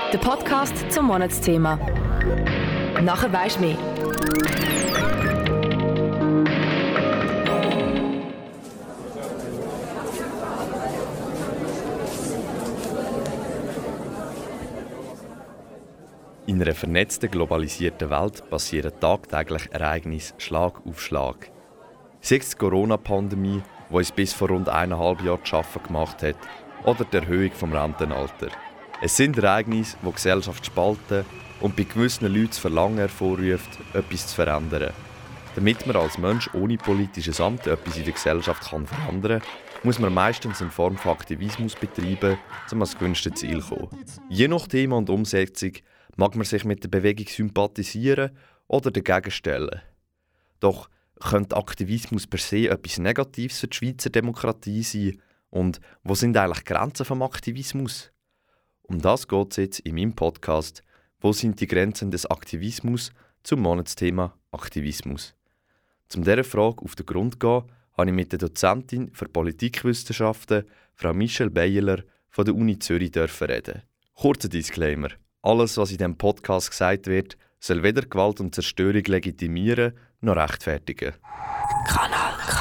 Der Podcast zum Monatsthema. Nachher weisst du mehr. In einer vernetzten, globalisierten Welt passieren tagtäglich Ereignisse Schlag auf Schlag. Sei es die Corona-Pandemie, die uns bis vor rund 1,5 Jahren zu arbeiten gemacht hat, oder die Erhöhung des Rentenalters. Es sind Ereignisse, die die Gesellschaft spalten und bei gewissen Leuten das Verlangen hervorruft, etwas zu verändern. Damit man als Mensch ohne politisches Amt etwas in der Gesellschaft verändern kann, muss man meistens eine Form von Aktivismus betreiben, um ans gewünschte Ziel zu kommen. Je nach Thema und Umsetzung mag man sich mit der Bewegung sympathisieren oder dagegen stellen. Doch könnte Aktivismus per se etwas Negatives für die Schweizer Demokratie sein? Und wo sind eigentlich die Grenzen des Aktivismus? Um das geht es jetzt in meinem Podcast «Wo sind die Grenzen des Aktivismus?» zum Monatsthema Aktivismus. Um dieser Frage auf den Grund zu gehen, habe ich mit der Dozentin für Politikwissenschaften, Frau Michelle Beyeler von der Uni Zürich reden. Kurzer Disclaimer: Alles, was in diesem Podcast gesagt wird, soll weder Gewalt und Zerstörung legitimieren noch rechtfertigen. Kanal K.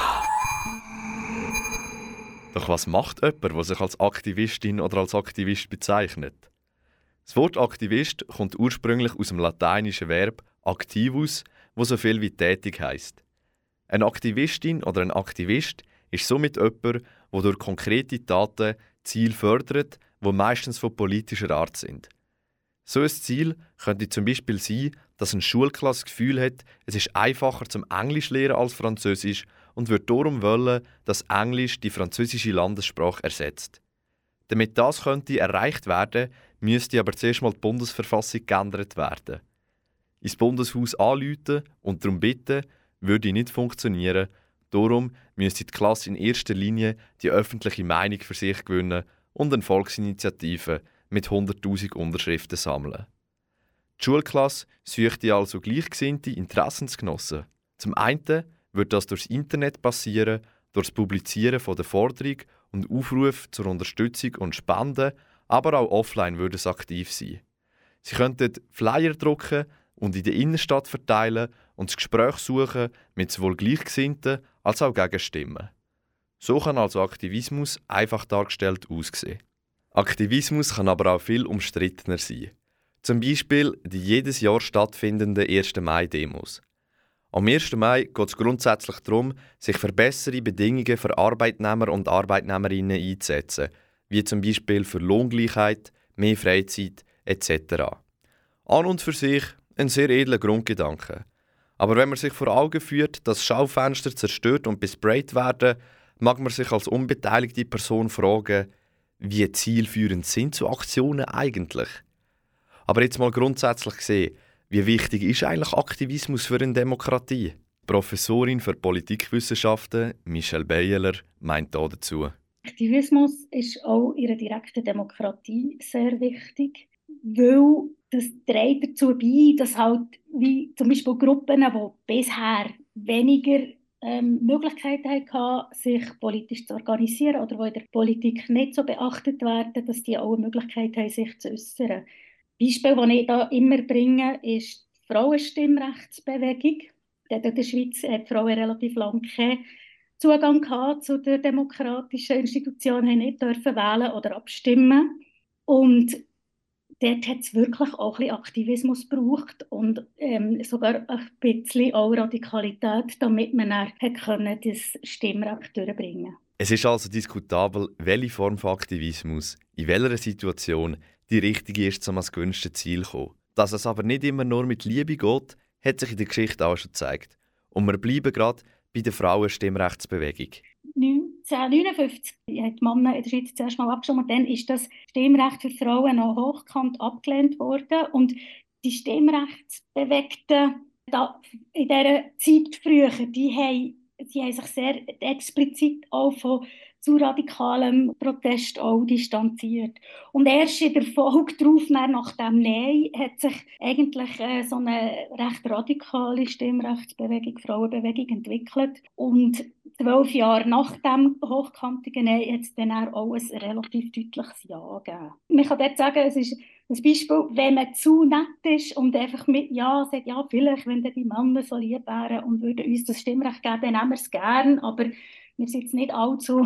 Doch was macht jemand, der sich als Aktivistin oder als Aktivist bezeichnet? Das Wort Aktivist kommt ursprünglich aus dem lateinischen Verb activus, wo so viel wie tätig heisst. Eine Aktivistin oder ein Aktivist ist somit jemand, der durch konkrete Taten Ziele fördert, die meistens von politischer Art sind. So ein Ziel könnte zum Beispiel sein, dass eine Schulklasse das Gefühl hat, es ist einfacher zum Englisch lernen als Französisch und würde darum wollen, dass Englisch die französische Landessprache ersetzt. Damit das könnte erreicht werden, müsste aber zuerst mal die Bundesverfassung geändert werden. Ins Bundeshaus anrufen und darum bitten, würde nicht funktionieren. Darum müsste die Klasse in erster Linie die öffentliche Meinung für sich gewinnen und eine Volksinitiative mit 100'000 Unterschriften sammeln. Die Schulklasse suchte also gleichgesinnte Interessensgenossen. Zum einen wird das durchs Internet passieren, durch das Publizieren von der Forderung und Aufruf zur Unterstützung und Spenden, aber auch offline würde es aktiv sein. Sie könnten Flyer drucken und in der Innenstadt verteilen und das Gespräch suchen mit sowohl Gleichgesinnten als auch Gegenstimmen. So kann also Aktivismus einfach dargestellt aussehen. Aktivismus kann aber auch viel umstrittener sein. Zum Beispiel die jedes Jahr stattfindenden 1. Mai-Demos. Am 1. Mai geht es grundsätzlich darum, sich für bessere Bedingungen für Arbeitnehmer und Arbeitnehmerinnen einzusetzen, wie zum Beispiel für Lohngleichheit, mehr Freizeit etc. An und für sich ein sehr edler Grundgedanke. Aber wenn man sich vor Augen führt, dass Schaufenster zerstört und besprayt werden, mag man sich als unbeteiligte Person fragen, wie zielführend sind so Aktionen eigentlich? Aber jetzt mal grundsätzlich gesehen, wie wichtig ist eigentlich Aktivismus für eine Demokratie? Die Professorin für Politikwissenschaften, Michelle Beyeler, meint dazu. Aktivismus ist auch in einer direkten Demokratie sehr wichtig, weil das trägt dazu bei, dass halt wie zum Beispiel Gruppen, die bisher weniger Möglichkeiten hatten, sich politisch zu organisieren oder die in der Politik nicht so beachtet werden, dass die auch eine Möglichkeit haben, sich zu äußern. Beispiel, das ich da immer bringe, ist die Frauenstimmrechtsbewegung. In der Schweiz hat Frauen relativ lange keinen Zugang gehabt zu den demokratischen Institutionen, haben nicht dürfen wählen oder abstimmen. Und dort hat es wirklich auch ein bisschen Aktivismus gebraucht und sogar ein bisschen auch Radikalität, damit man dann das Stimmrecht durchbringen konnte. Es ist also diskutabel, welche Form von Aktivismus in welcher Situation die richtige ist, um ans gewünschte Ziel zu kommen. Dass es aber nicht immer nur mit Liebe geht, hat sich in der Geschichte auch schon gezeigt. Und wir bleiben gerade bei der Frauenstimmrechtsbewegung. 1959 hat die Männer in der Schweiz zuerst mal abgestimmt und dann ist das Stimmrecht für Frauen noch hochkant abgelehnt worden. Und die Stimmrechtsbewegten in dieser Zeit früher, die haben sich sehr explizit auch von zu radikalem Protest auch distanziert. Und erst in der Folge darauf, nach dem Nein, hat sich eigentlich so eine recht radikale Stimmrechtsbewegung, Frauenbewegung entwickelt. Und 12 Jahre nach dem hochkantigen Nein hat es dann auch ein relativ deutliches Ja gegeben. Man kann dort sagen, es ist Zum Beispiel, wenn man zu nett ist und einfach mit Ja sagt, ja, vielleicht, wenn dann die Männer so lieb wären und würden uns das Stimmrecht geben, dann nehmen wir es gern, aber wir sind jetzt nicht allzu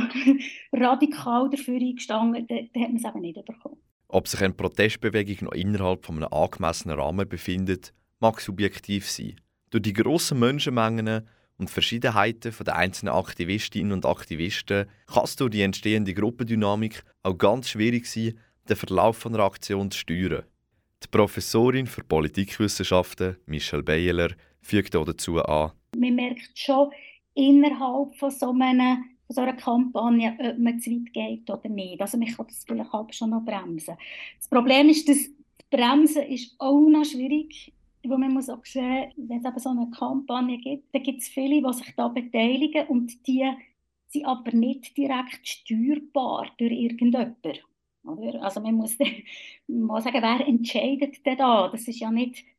radikal dafür eingestanden, dann hat man es eben nicht bekommen. Ob sich eine Protestbewegung noch innerhalb von einem angemessenen Rahmen befindet, mag subjektiv sein. Durch die grossen Menschenmengen und Verschiedenheiten der einzelnen Aktivistinnen und Aktivisten kann es durch die entstehende Gruppendynamik auch ganz schwierig sein, den Verlauf von einer Aktion zu steuern. Die Professorin für Politikwissenschaften, Michelle Beyeler, fügt auch dazu an. Man merkt schon innerhalb von so einer Kampagne, ob man zu weit geht oder nicht. Also man kann das vielleicht auch schon noch bremsen. Das Problem ist, dass das Bremsen ist auch noch schwierig, weil man muss auch sehen, wenn es eben so eine Kampagne gibt, dann gibt es viele, die sich da beteiligen und die sind aber nicht direkt steuerbar durch irgendjemanden. Oder? Also man muss sagen, wer entscheidet denn da? Das ist ja nicht die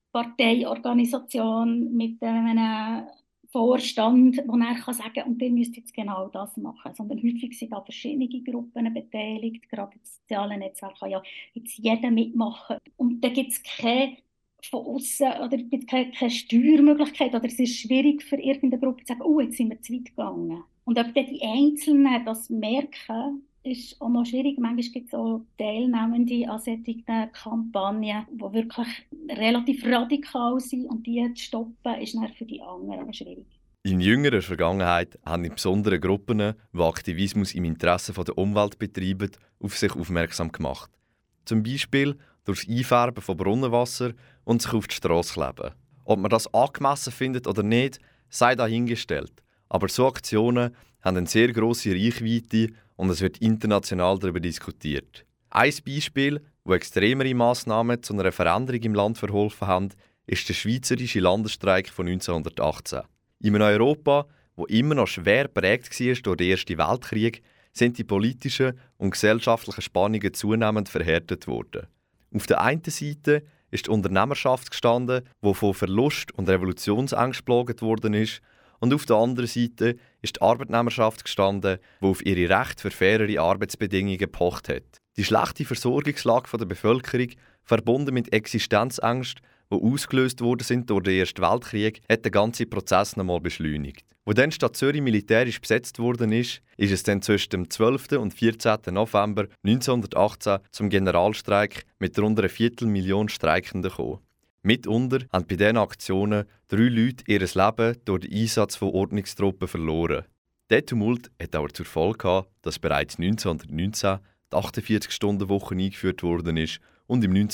Parteiorganisation mit einem Vorstand, wo er kann sagen, und ihr müsst jetzt genau das machen. Sondern häufig sind da verschiedene Gruppen beteiligt. Gerade das soziale Netzwerk kann ja jetzt jeder mitmachen. Und da gibt es keine von außen oder gibt keine Steuermöglichkeit. Oder es ist schwierig für irgendeine Gruppe zu sagen, oh, jetzt sind wir zu weit gegangen. Und ob dann die Einzelnen das merken, ist auch noch schwierig. Manchmal gibt es auch Teilnehmende an solchen Kampagnen, die wirklich relativ radikal sind und die zu stoppen, ist dann für die anderen schwierig. In jüngerer Vergangenheit haben insbesondere Gruppen, die Aktivismus im Interesse der Umwelt betreiben, auf sich aufmerksam gemacht. Zum Beispiel durch das Einfärben von Brunnenwasser und sich auf die Strasse kleben. Ob man das angemessen findet oder nicht, sei dahingestellt. Aber so Aktionen haben eine sehr grosse Reichweite und es wird international darüber diskutiert. Ein Beispiel, wo extremere Massnahmen zu einer Veränderung im Land verholfen haben, ist der schweizerische Landesstreik von 1918. In einem Europa, wo immer noch schwer geprägt war durch den Ersten Weltkrieg, sind die politischen und gesellschaftlichen Spannungen zunehmend verhärtet worden. Auf der einen Seite ist die Unternehmerschaft gestanden, die von Verlust und Revolutionsängst geplagt worden ist, und auf der anderen Seite ist die Arbeitnehmerschaft gestanden, die auf ihre Rechte für fairere Arbeitsbedingungen gepocht hat. Die schlechte Versorgungslage der Bevölkerung, verbunden mit Existenzängsten, die ausgelöst worden sind durch den Ersten Weltkrieg, hat den ganzen Prozess nochmal beschleunigt. Wo dann die Stadt Zürich militärisch besetzt worden ist es dann zwischen dem 12. und 14. November 1918 zum Generalstreik mit rund einer Viertelmillion Streikenden gekommen. Mitunter haben bei diesen Aktionen 3 Leute ihr Leben durch den Einsatz von Ordnungstruppen verloren. Dieser Tumult hat aber zur Folge gehabt, dass bereits 1919 die 48-Stunden-Woche eingeführt worden ist und im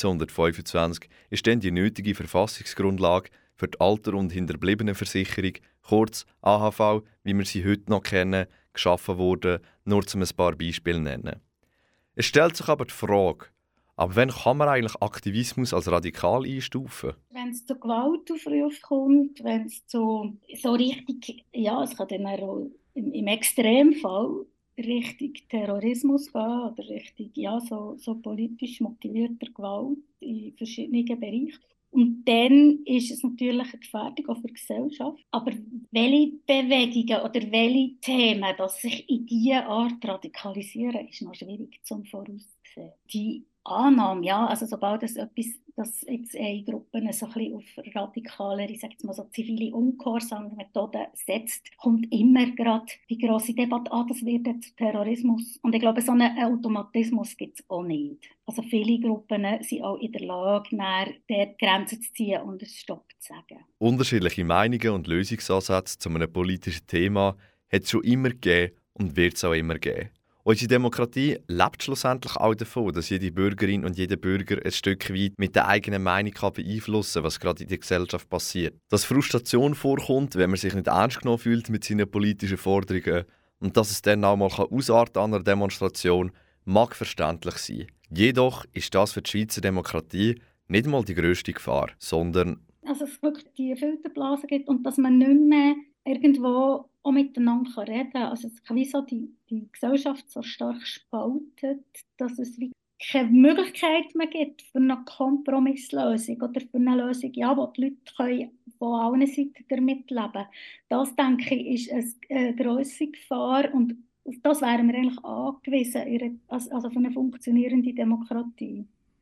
1925 ist dann die nötige Verfassungsgrundlage für die Alter- und Hinterbliebenenversicherung, kurz AHV, wie wir sie heute noch kennen, geschaffen worden, nur um ein paar Beispiele zu nennen. Es stellt sich aber die Frage, aber wann kann man eigentlich Aktivismus als radikal einstufen? Wenn es zu Gewaltaufrufen kommt, wenn es so richtig, ja, es kann dann auch im Extremfall Richtung Terrorismus gehen oder Richtung so politisch motivierter Gewalt in verschiedenen Bereichen. Und dann ist es natürlich eine Gefährdung auch für die Gesellschaft. Aber welche Bewegungen oder welche Themen dass sich in diese Art radikalisieren, ist noch schwierig zum vorauszusehen. Die Annahme, ja, also sobald es etwas, dass jetzt Gruppen so ein bisschen auf radikalere, ich sage jetzt mal so zivile Ungehorsam-Methoden setzt, kommt immer gerade die grosse Debatte, das wird jetzt Terrorismus. Und ich glaube, so einen Automatismus gibt es auch nicht. Also viele Gruppen sind auch in der Lage, der Grenzen zu ziehen und einen Stopp zu sagen. Unterschiedliche Meinungen und Lösungsansätze zu einem politischen Thema hat es schon immer gegeben und wird es auch immer geben. Unsere Demokratie lebt schlussendlich auch davon, dass jede Bürgerin und jeder Bürger ein Stück weit mit der eigenen Meinung beeinflussen kann, was gerade in der Gesellschaft passiert. Dass Frustration vorkommt, wenn man sich nicht ernst genommen fühlt mit seinen politischen Forderungen und dass es dann auch mal ausarten an einer Demonstration, mag verständlich sein. Jedoch ist das für die Schweizer Demokratie nicht mal die grösste Gefahr, sondern dass es wirklich die Filterblase gibt und dass man nicht mehr irgendwo auch miteinander reden kann. Also es kann wie so die Gesellschaft so stark spaltet, dass es wie keine Möglichkeit mehr gibt für eine Kompromisslösung oder für eine Lösung, ja, wo die Leute können von allen Seiten damit leben können. Das, denke ich, ist eine grosse Gefahr und auf das wären wir eigentlich angewiesen, also für eine funktionierende Demokratie.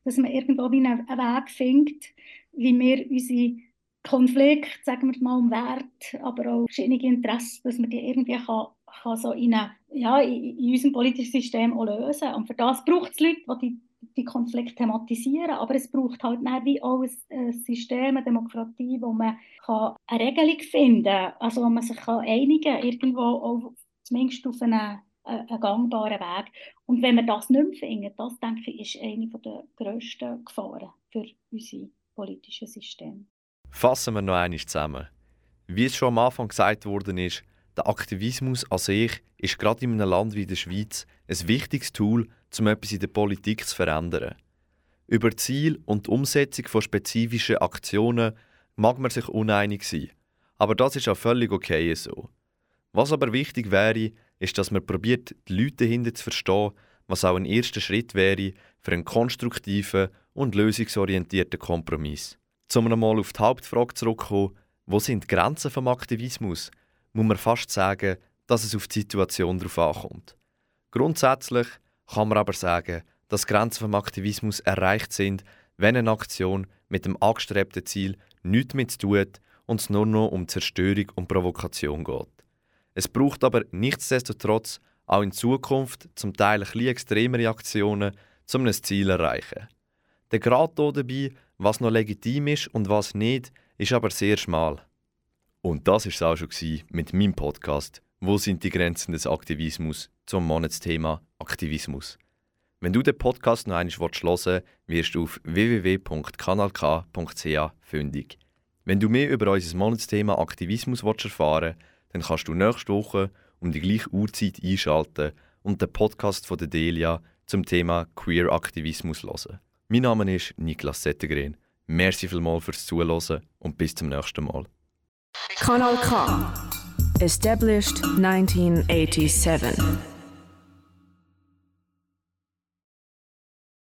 dass man irgendwo wie einen Weg findet, wie wir unsere Konflikte, sagen wir mal, um Wert, aber auch verschiedene Interessen, dass man die irgendwie kann so in unserem politischen System auch lösen. Und für das braucht es Leute, die die Konflikte thematisieren, aber es braucht halt wie auch ein System, eine Demokratie, wo man eine Regelung finden kann, also wo man sich einigen kann, irgendwo auch zumindest auf einen gangbaren Weg. Und wenn wir das nicht mehr finden, das, denke ich, ist eine der grössten Gefahren für unser politisches System. Fassen wir noch einmal zusammen. Wie es schon am Anfang gesagt worden ist, der Aktivismus an sich ist gerade in einem Land wie der Schweiz ein wichtiges Tool, um etwas in der Politik zu verändern. Über die Ziel und die Umsetzung von spezifischen Aktionen mag man sich uneinig sein, aber das ist auch völlig okay so. Was aber wichtig wäre, ist, dass man probiert, die Leute dahinter zu verstehen, was auch ein erster Schritt wäre für einen konstruktiven und lösungsorientierten Kompromiss. Um einmal auf die Hauptfrage zurückzukommen, wo sind die Grenzen des Aktivismus, muss man fast sagen, dass es auf die Situation darauf ankommt. Grundsätzlich kann man aber sagen, dass Grenzen des Aktivismus erreicht sind, wenn eine Aktion mit dem angestrebten Ziel nichts mehr zu tun und es nur noch um Zerstörung und Provokation geht. Es braucht aber nichtsdestotrotz auch in Zukunft zum Teil ein bisschen extremere Aktionen, um ein Ziel zu erreichen. Der Grad hier dabei, was noch legitim ist und was nicht, ist aber sehr schmal. Und das war es auch schon mit meinem Podcast «Wo sind die Grenzen des Aktivismus?» zum Monatsthema Aktivismus. Wenn du den Podcast noch einmal hören willst, wirst du auf www.kanalk.ch fündig. Wenn du mehr über unser Monatsthema Aktivismus erfahren willst, dann kannst du nächste Woche um die gleiche Uhrzeit einschalten und den Podcast von der Delia zum Thema Queer Aktivismus hören. Mein Name ist Niklas Settegren. Merci vielmals fürs Zuhören und bis zum nächsten Mal. Kanal K. Established 1987.